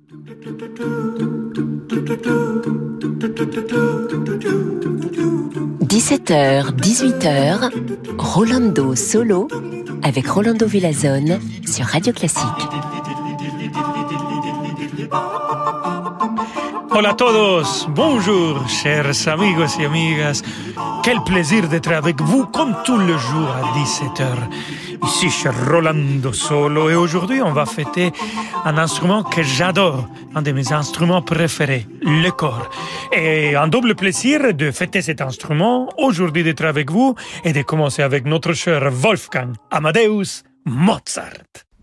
17h, 18h, Rolando Solo avec Rolando Villazone sur Radio Classique. Hola a todos, bonjour, chers amigos y amigas. Quel plaisir d'être avec vous comme tout le jour à 17h. Ici chez Rolando Solo et aujourd'hui on va fêter un instrument que j'adore, un de mes instruments préférés, le cor. Et un double plaisir de fêter cet instrument, aujourd'hui d'être avec vous et de commencer avec notre cher Wolfgang Amadeus Mozart.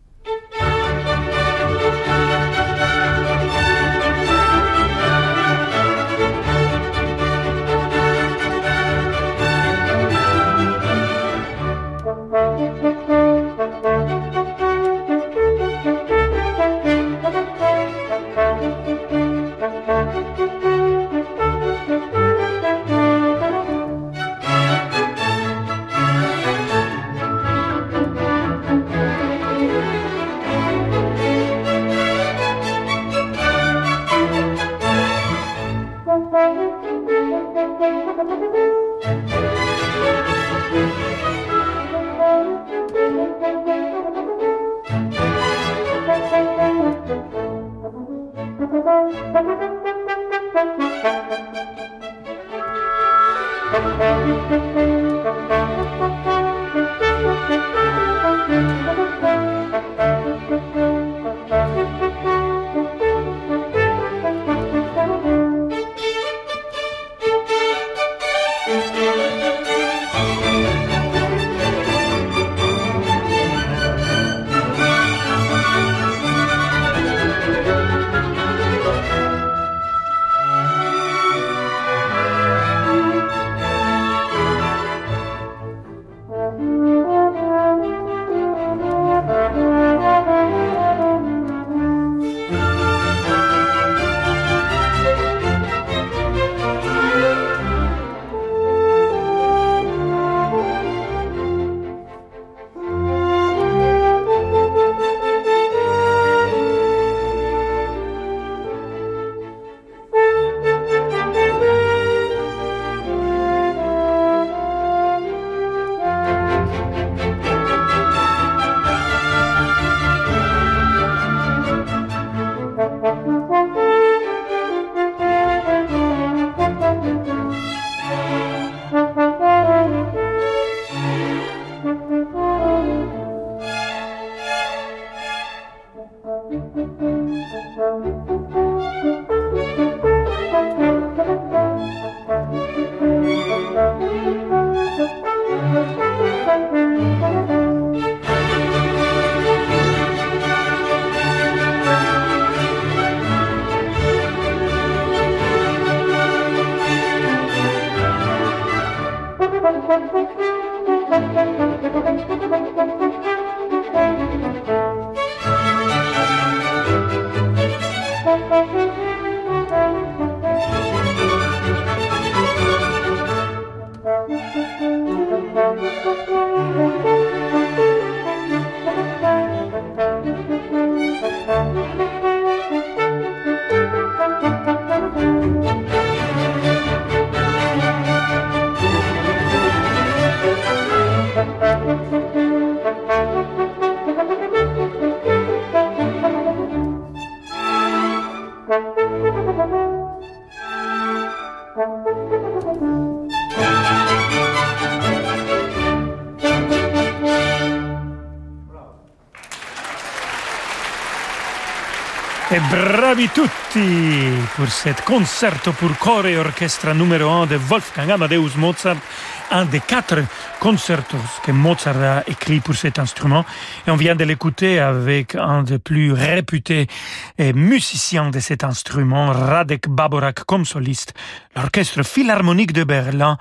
E bravi tutti pour cet concerto pour corps et orchestre numéro 1 de Wolfgang Amadeus Mozart, un des 4 concertos que Mozart a écrit pour cet instrument. Et on vient de l'écouter avec un des plus réputés musiciens de cet instrument, Radek Báborák comme soliste, l'Orchestre Philharmonique de Berlin,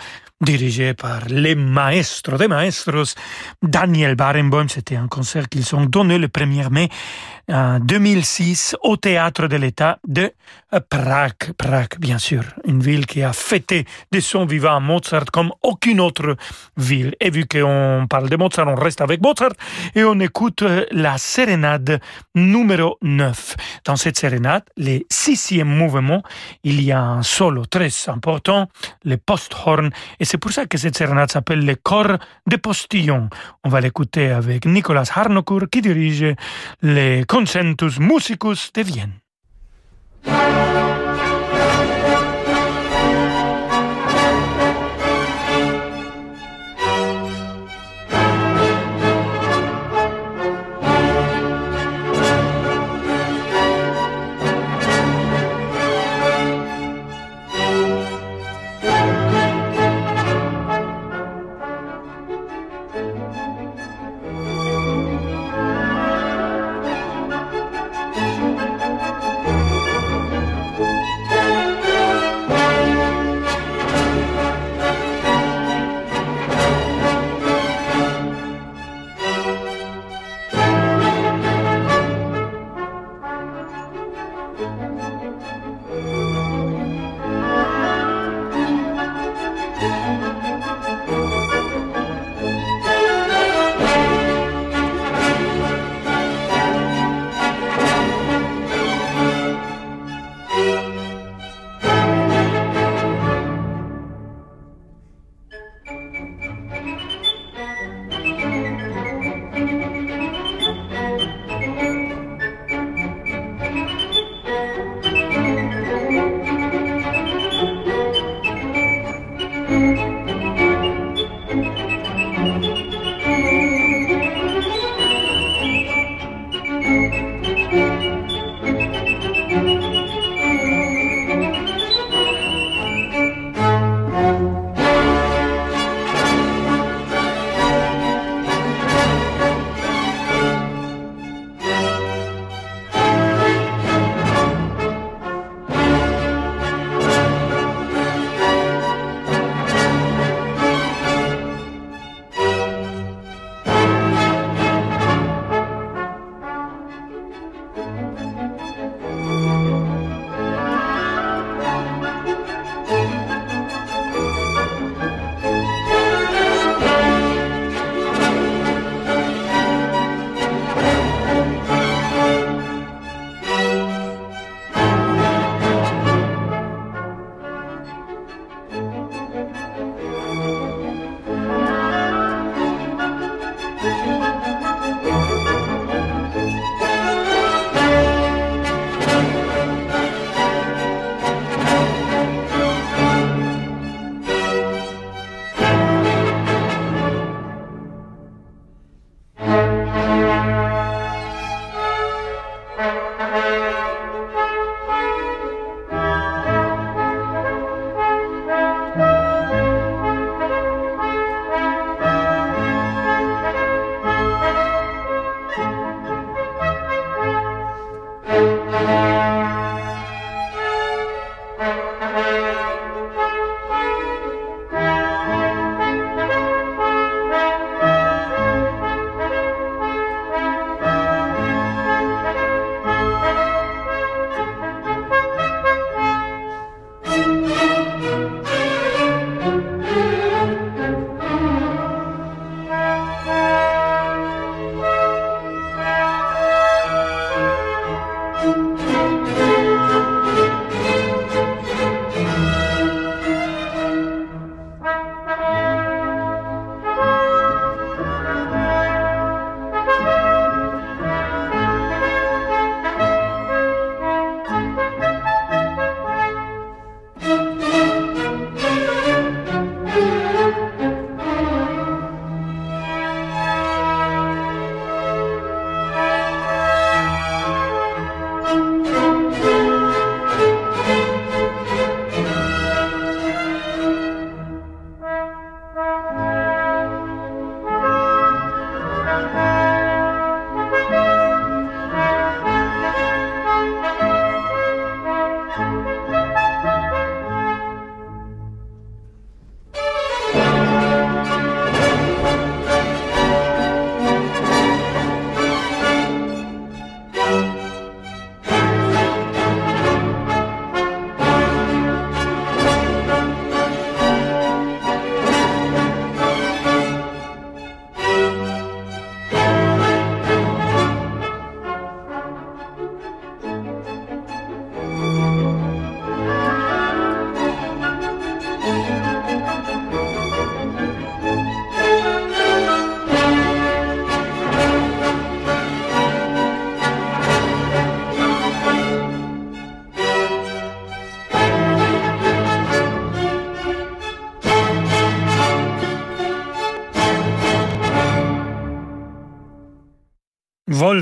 dirigé par les maestros des maestros, Daniel Barenboim. C'était un concert qu'ils ont donné le 1er mai 2006 au Théâtre de l'État de Prague. Prague, bien sûr, une ville qui a fêté de son vivant Mozart comme aucune autre ville. Et vu qu'on parle de Mozart, on reste avec Mozart et on écoute la sérénade numéro 9. Dans cette sérénade, le 6e mouvement, il y a un solo très important, le posthorn, et c'est pour ça que cette sérénade s'appelle le corps de postillon. On va l'écouter avec Nicolas Harnoncourt qui dirige les Concentus Musicus de Vienne.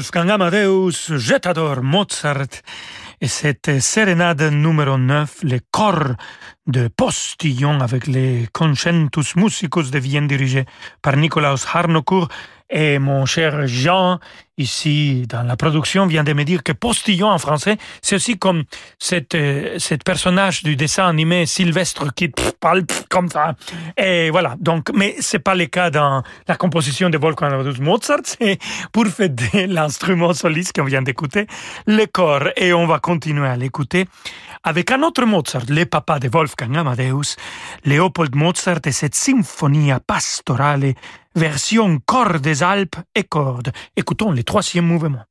Wolfgang Amadeus, je t'adore, Mozart. Et cette sérénade numéro 9, les corps de Postillon avec les Concentus Musicus de Vienne dirigés par Nikolaus Harnoncourt. Et mon cher Jean, ici dans la production, vient de me dire que Postillon en français, c'est aussi comme cette personnage du dessin animé Sylvestre qui parle comme ça. Et voilà. Donc, mais c'est pas le cas dans la composition de Wolfgang Amadeus Mozart. C'est pour fêter l'instrument soliste qu'on vient d'écouter, le corps. Et on va continuer à l'écouter avec un autre Mozart, le papa de Wolfgang Amadeus, Léopold Mozart et cette Symphonia Pastorale, version corps des Alpes et cordes. Écoutons le troisième mouvement.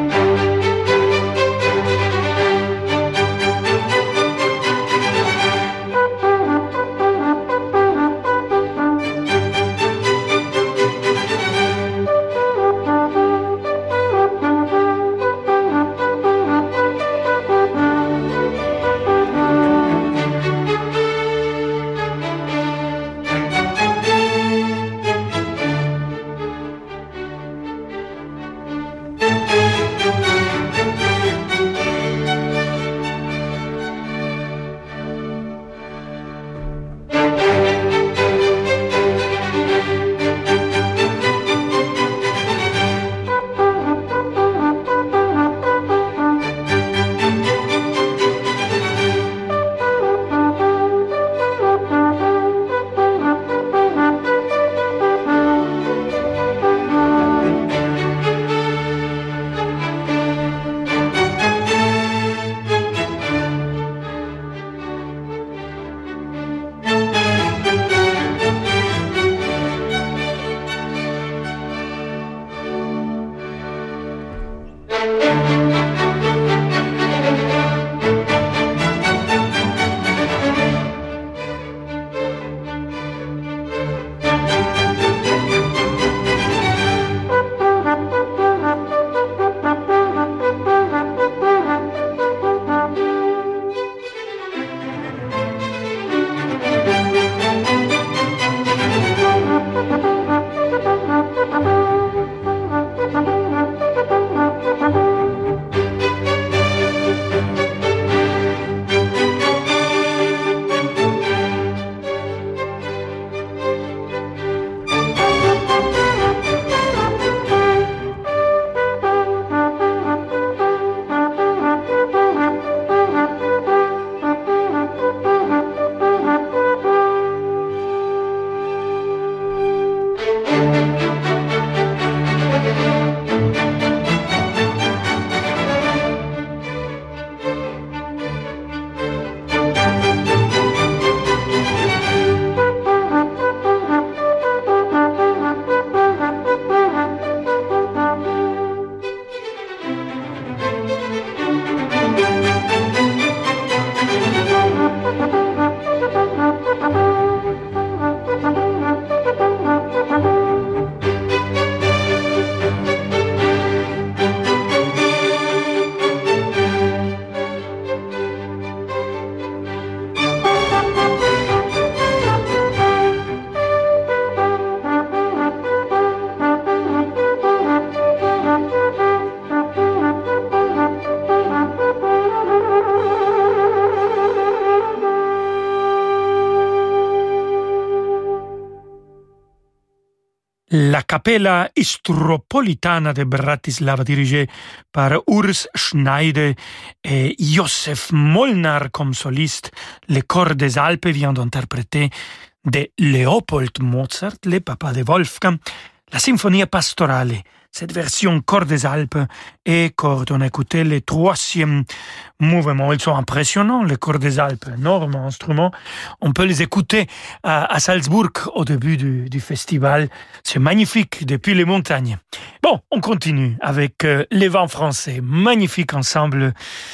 La Capella Istropolitana de Bratislava, dirigée par Urs Schneider et Josef Molnar comme soliste. Le Chor des Alpes vient d'interpréter de Léopold Mozart, le papa de Wolfgang, la Symphonia Pastorale. Cette version Chor des Alpes et cordes. On a écouté les troisième mouvements. Ils sont impressionnants, les Chors des Alpes, énormes instruments. On peut les écouter à Salzbourg au début du festival. C'est magnifique depuis les montagnes. Bon, on continue avec les vents français. Magnifique ensemble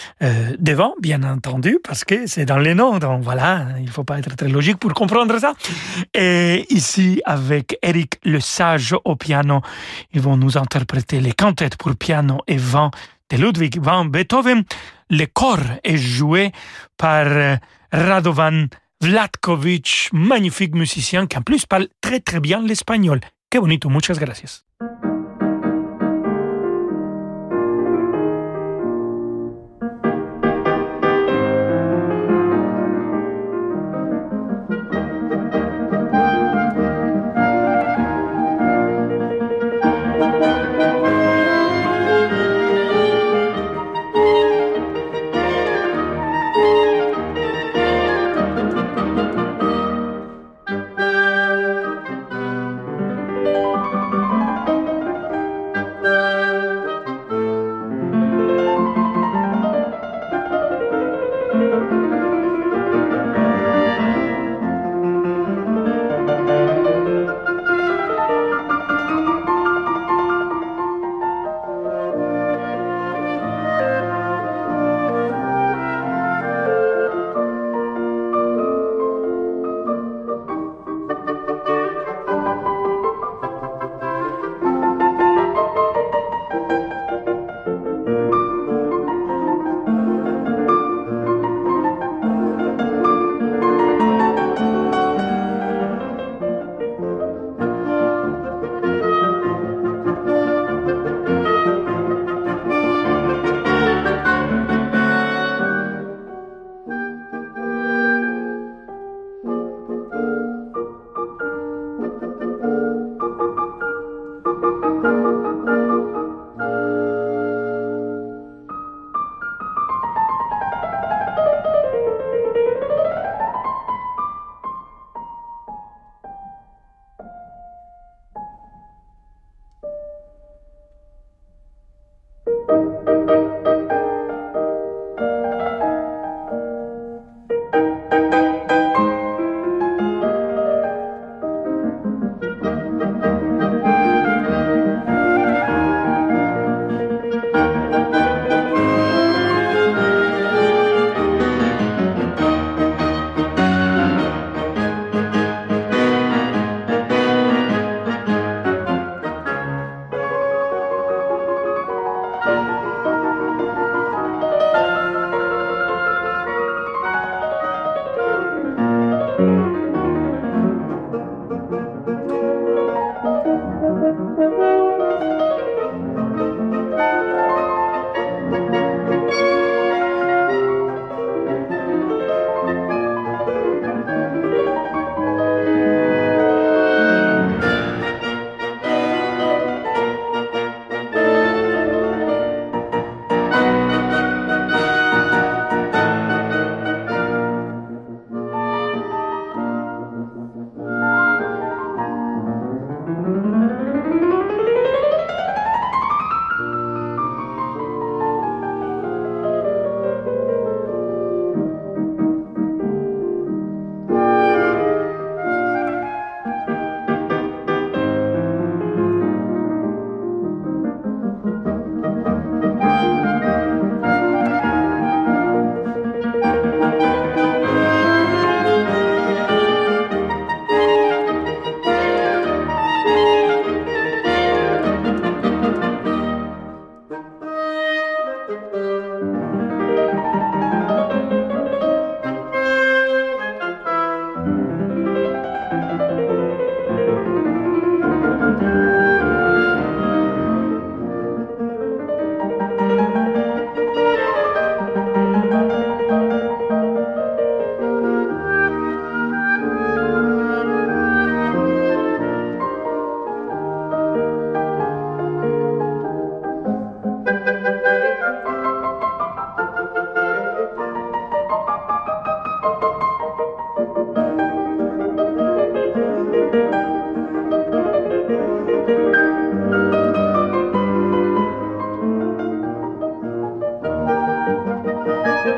des vents, bien entendu, parce que c'est dans les noms. Donc voilà, il ne faut pas être très logique pour comprendre ça. Et ici, avec Éric Lesage au piano, ils vont nous interpréter les cantates pour piano et vent de Ludwig van Beethoven. Le corps est joué par Radovan Vlatkovic, magnifique musicien qui en plus parle très très bien l'espagnol. Que bonito, muchas gracias.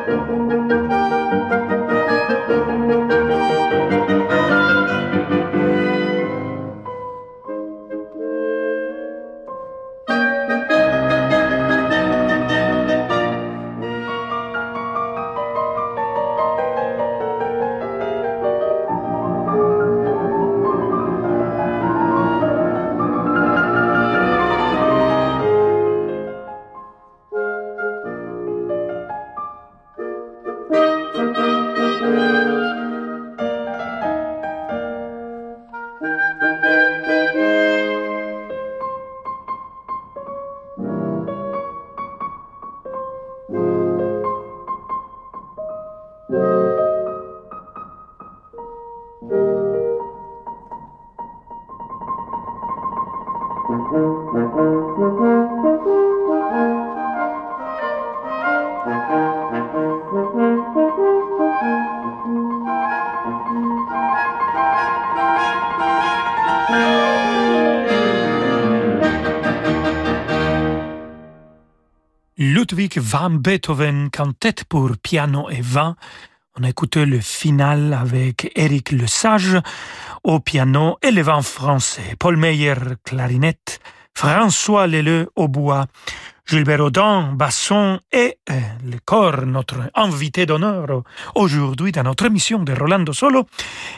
Ludwig van Beethoven, quintette pour piano et vin. On a écouté le final avec Éric Lesage au piano et le vin français, Paul Meyer, clarinette, François Leleu au bois, Gilbert Audin, basson et le corps, notre invité d'honneur aujourd'hui dans notre émission de Rolando Solo,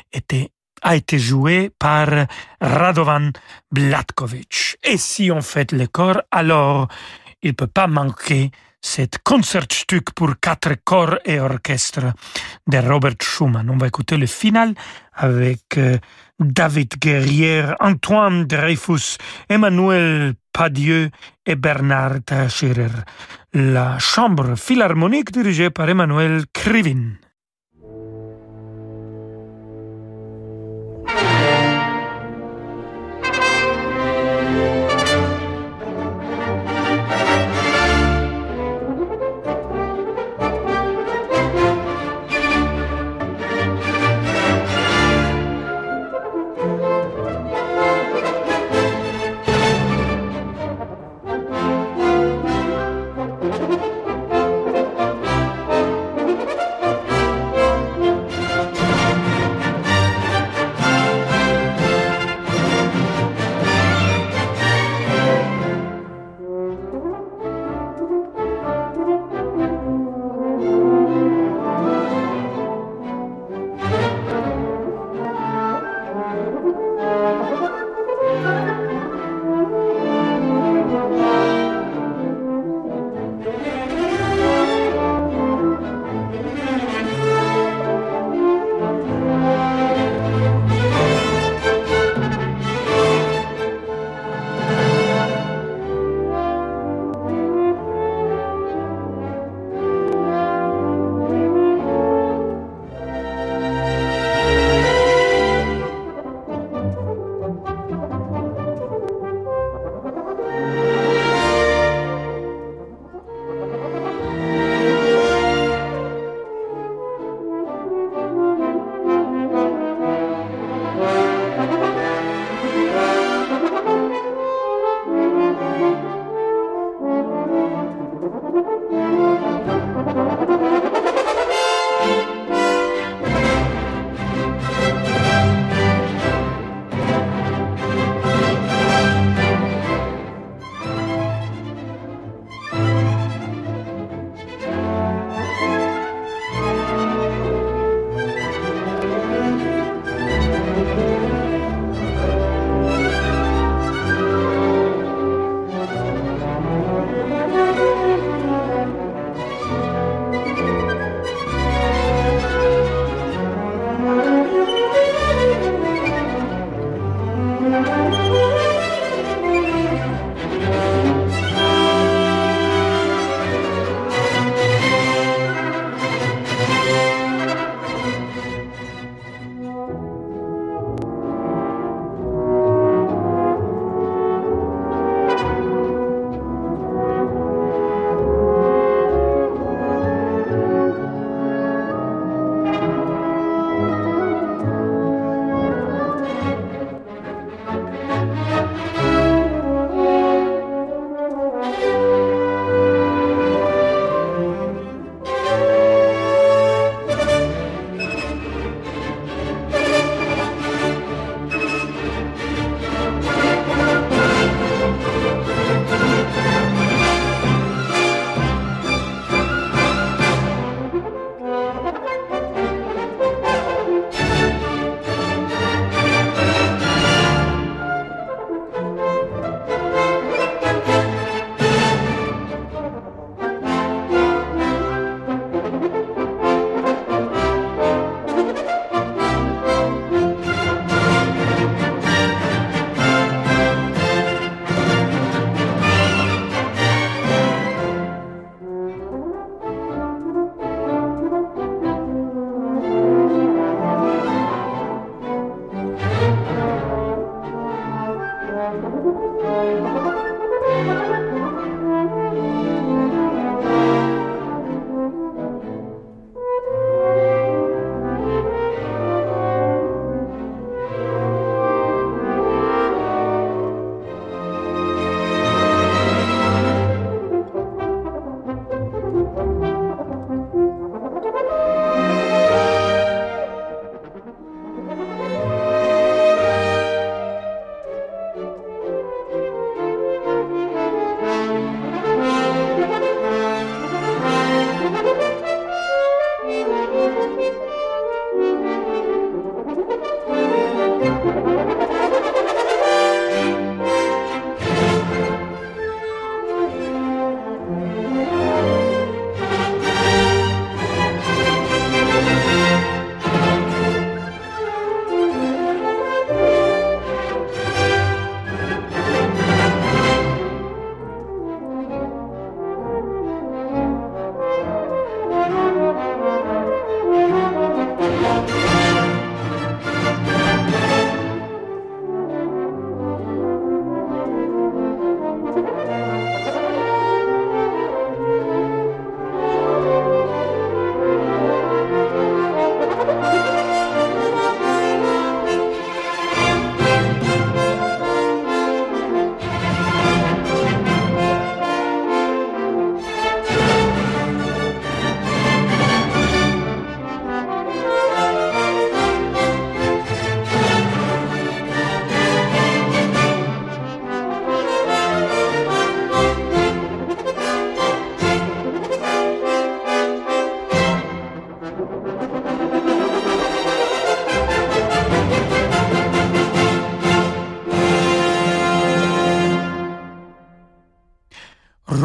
a été joué par Radovan Blatkovich. Et si on fait le corps, alors il ne peut pas manquer cet Concertstück pour 4 corps et orchestre de Robert Schumann. On va écouter le final avec David Guerrière, Antoine Dreyfus, Emmanuel Padieu et Bernard Schirer. La chambre philharmonique dirigée par Emmanuel Krivin.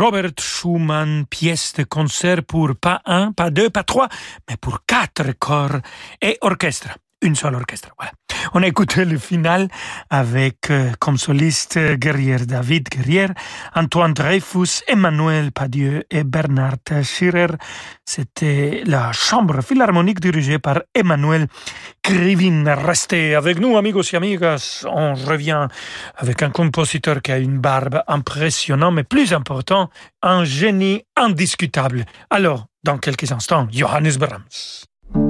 Robert Schumann, pièce de concert pour pas un, pas deux, pas trois, mais pour 4 corps et orchestre. Une seule orchestre, voilà. On a écouté le final avec comme soliste David Guerrière, Antoine Dreyfus, Emmanuel Padieu et Bernard Schirer. C'était la chambre philharmonique dirigée par Emmanuel Krivine. Restez avec nous, amigos et amigas. On revient avec un compositeur qui a une barbe impressionnante, mais plus important, un génie indiscutable. Alors, dans quelques instants, Johannes Brahms.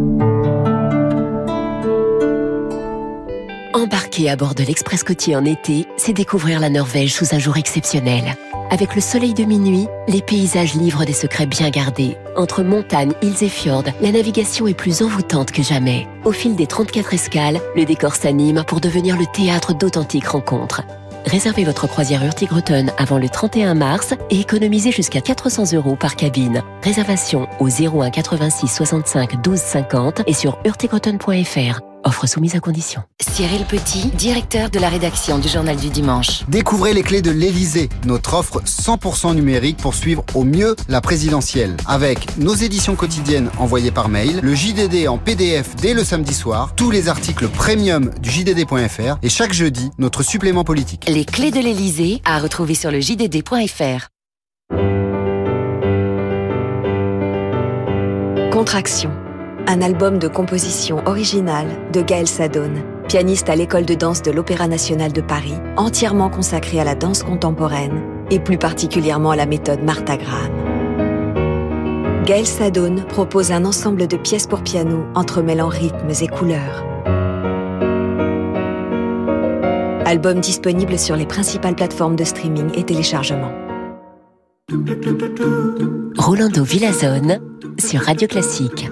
Embarquer à bord de l'Express côtier en été, c'est découvrir la Norvège sous un jour exceptionnel. Avec le soleil de minuit, les paysages livrent des secrets bien gardés. Entre montagnes, îles et fjords, la navigation est plus envoûtante que jamais. Au fil des 34 escales, le décor s'anime pour devenir le théâtre d'authentiques rencontres. Réservez votre croisière Hurtigruten avant le 31 mars et économisez jusqu'à 400 € par cabine. Réservation au 01 86 65 12 50 et sur hurtigruten.fr. Offre soumise à condition. Cyril Petit, directeur de la rédaction du Journal du Dimanche. Découvrez les clés de l'Élysée, notre offre 100% numérique pour suivre au mieux la présidentielle. Avec nos éditions quotidiennes envoyées par mail, le JDD en PDF dès le samedi soir, tous les articles premium du JDD.fr et chaque jeudi, notre supplément politique. Les clés de l'Élysée à retrouver sur le JDD.fr. Contraction. Un album de composition originale de Gaël Sadone, pianiste à l'école de danse de l'Opéra national de Paris, entièrement consacré à la danse contemporaine et plus particulièrement à la méthode Martha Graham. Gaël Sadone propose un ensemble de pièces pour piano entremêlant rythmes et couleurs. Album disponible sur les principales plateformes de streaming et téléchargement. Rolando Villazone sur Radio Classique.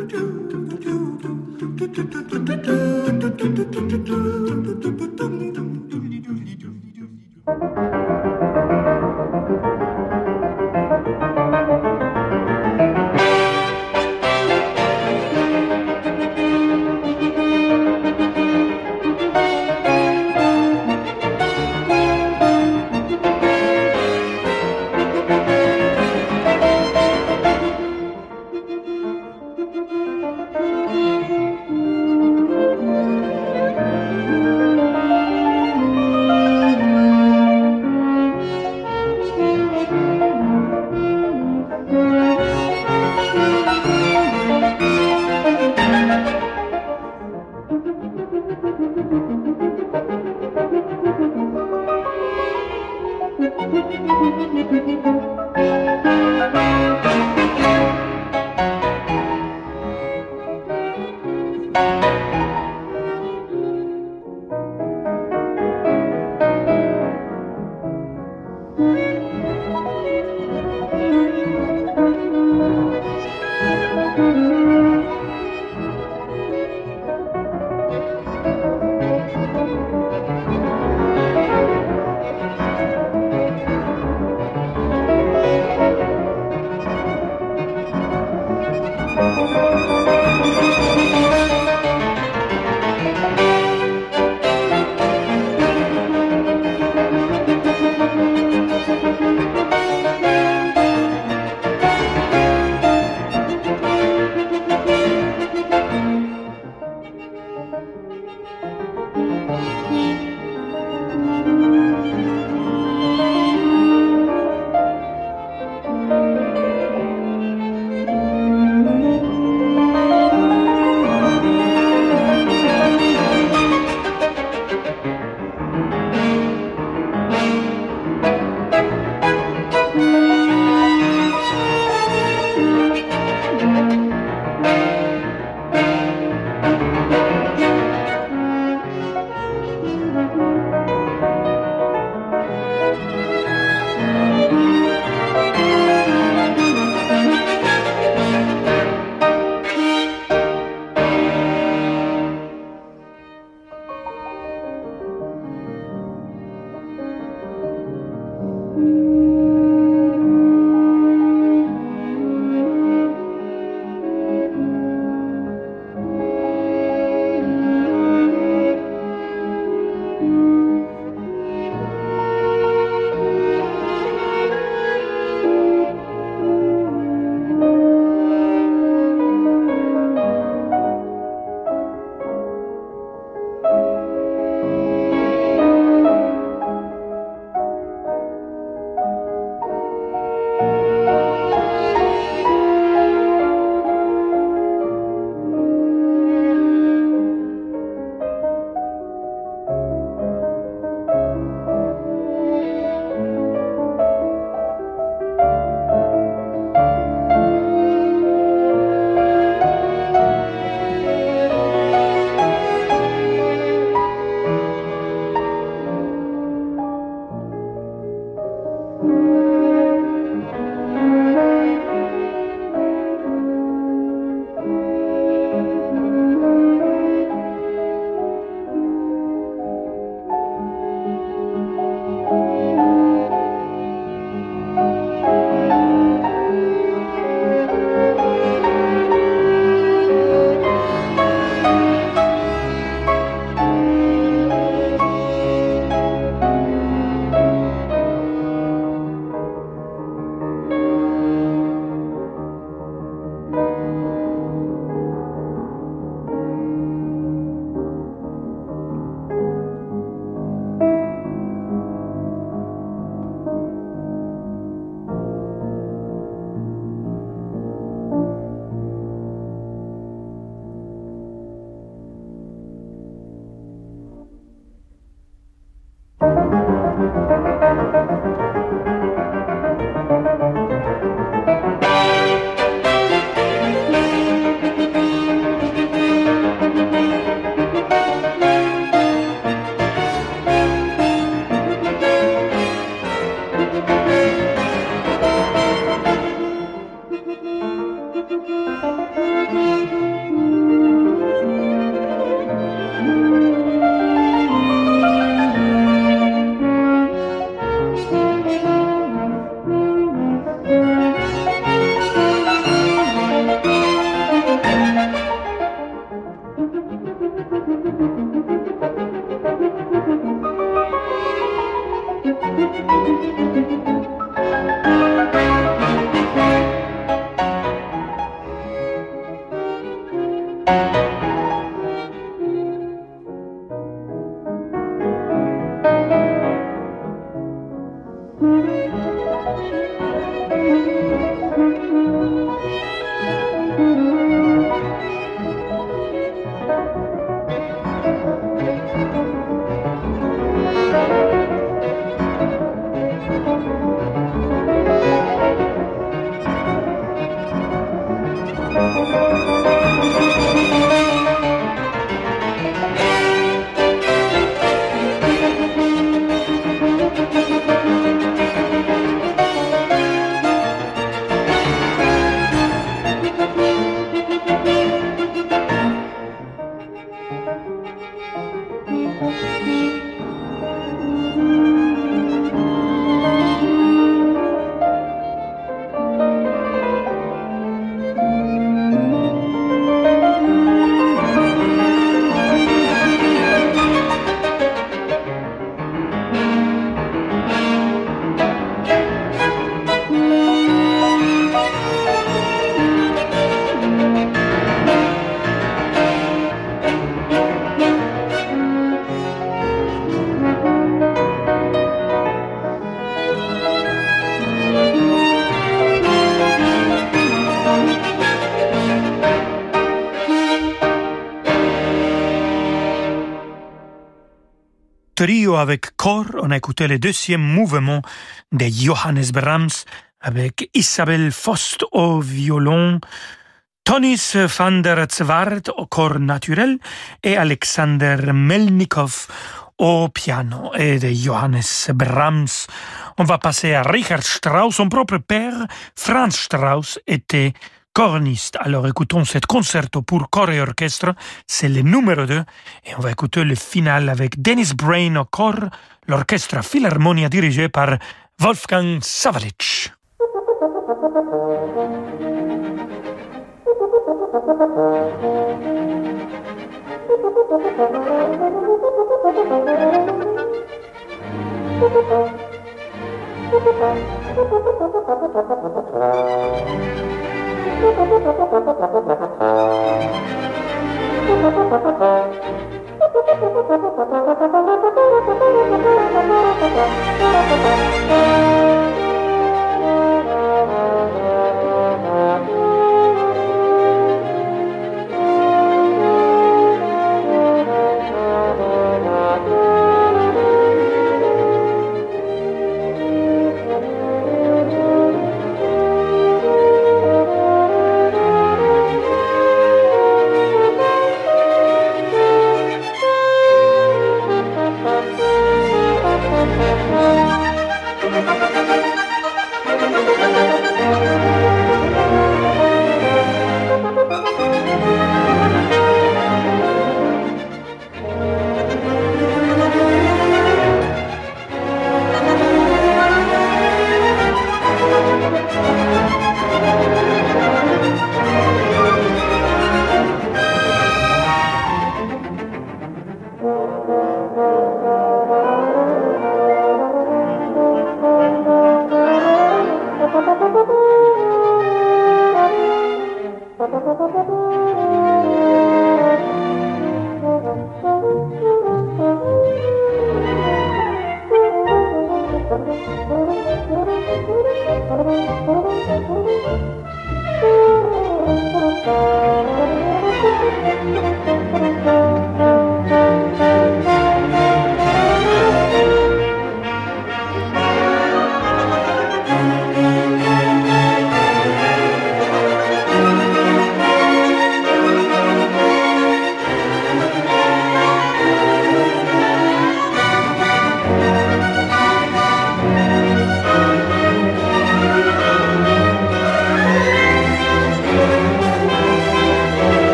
trio avec corps, on a écouté le deuxième mouvement de Johannes Brahms avec Isabelle Faust au violon, Tonis van der Zwart au corps naturel et Alexander Melnikov au piano. Et de Johannes Brahms, on va passer à Richard Strauss. Son propre père, Franz Strauss, était corniste. Alors écoutons cet concerto pour corps et orchestre, c'est le numéro 2, et on va écouter le final avec Dennis Brain au corps, l'orchestre Philharmonia dirigé par Wolfgang Sawallisch.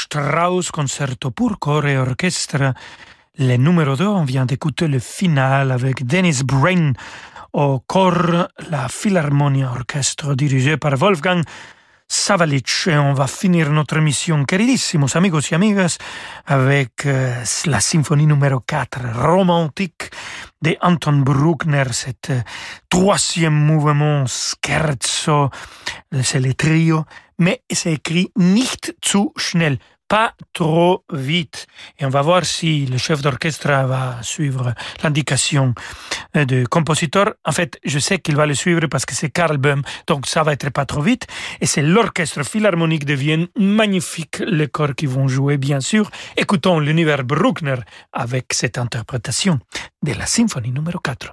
Strauss, concerto pour corps et orchestre. Le numéro 2, on vient d'écouter le final avec Dennis Brain au corps, la Philharmonia Orchestre dirigée par Wolfgang Sawallisch. Et on va finir notre émission, queridissimos amigos y amigas, avec la symphonie numéro 4, romantique, de Anton Bruckner, cet troisième mouvement, scherzo, c'est le trio, mais c'est écrit nicht zu schnell, pas trop vite. Et on va voir si le chef d'orchestre va suivre l'indication du compositeur. En fait, je sais qu'il va le suivre parce que c'est Karl Böhm, donc ça va être pas trop vite. Et c'est l'orchestre philharmonique de Vienne, magnifique, les corps qui vont jouer, bien sûr. Écoutons l'univers Bruckner avec cette interprétation de la symphonie numéro 4.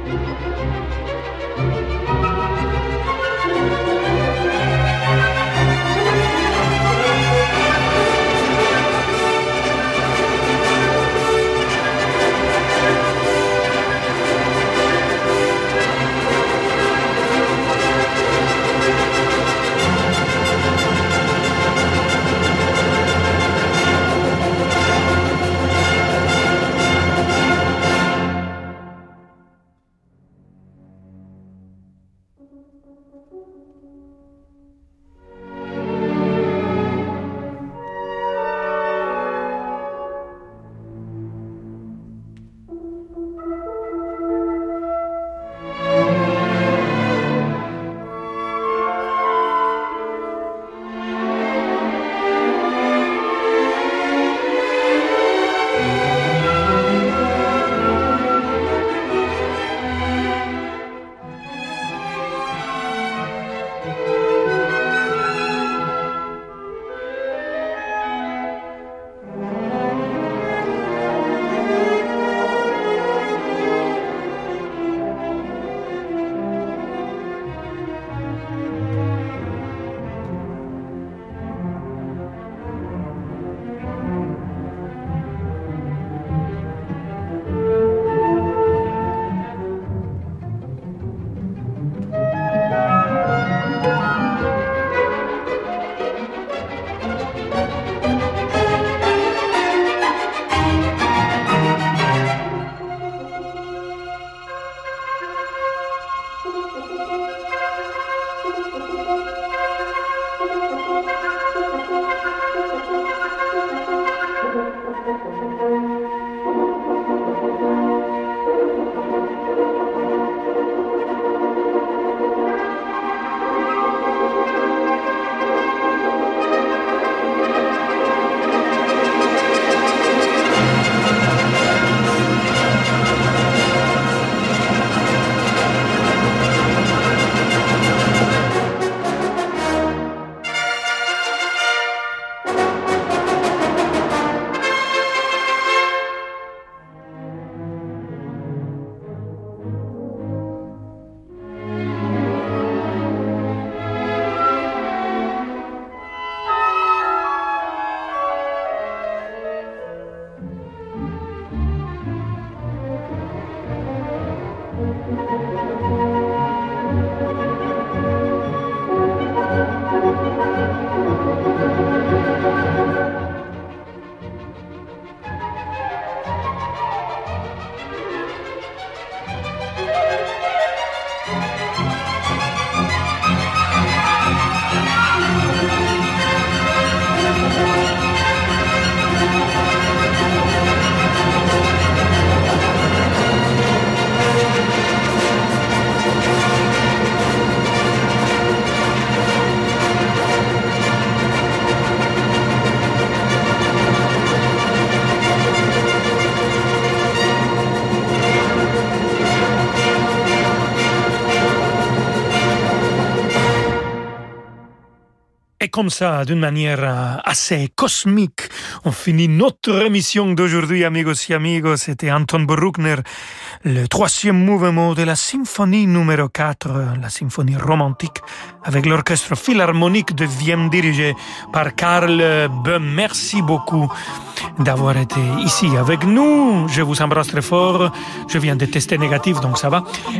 Et comme ça, d'une manière assez cosmique, on finit notre émission d'aujourd'hui, amigos et amigos. C'était Anton Bruckner, le 3e mouvement de la symphonie numéro 4, la symphonie romantique, avec l'orchestre philharmonique de Vienne dirigé par Karl Böhm. Merci beaucoup d'avoir été ici avec nous. Je vous embrasse très fort. Je viens de tester négatif, donc ça va.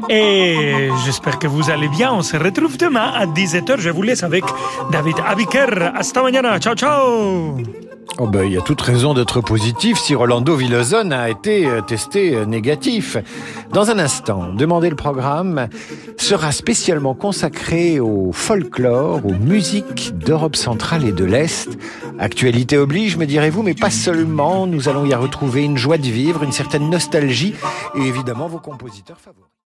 Et j'espère que vous allez bien. On se retrouve demain à 17h. Je vous laisse avec David Abiker. Hasta mañana. Ciao, ciao. Oh ben, il y a toute raison d'être positif si Rolando Villazone a été testé négatif. Dans un instant, Demandez le programme sera spécialement consacré au folklore, aux musiques d'Europe centrale et de l'Est. Actualité oblige, me direz-vous, mais pas seulement. Nous allons y retrouver une joie de vivre, une certaine nostalgie et évidemment vos compositeurs favoris.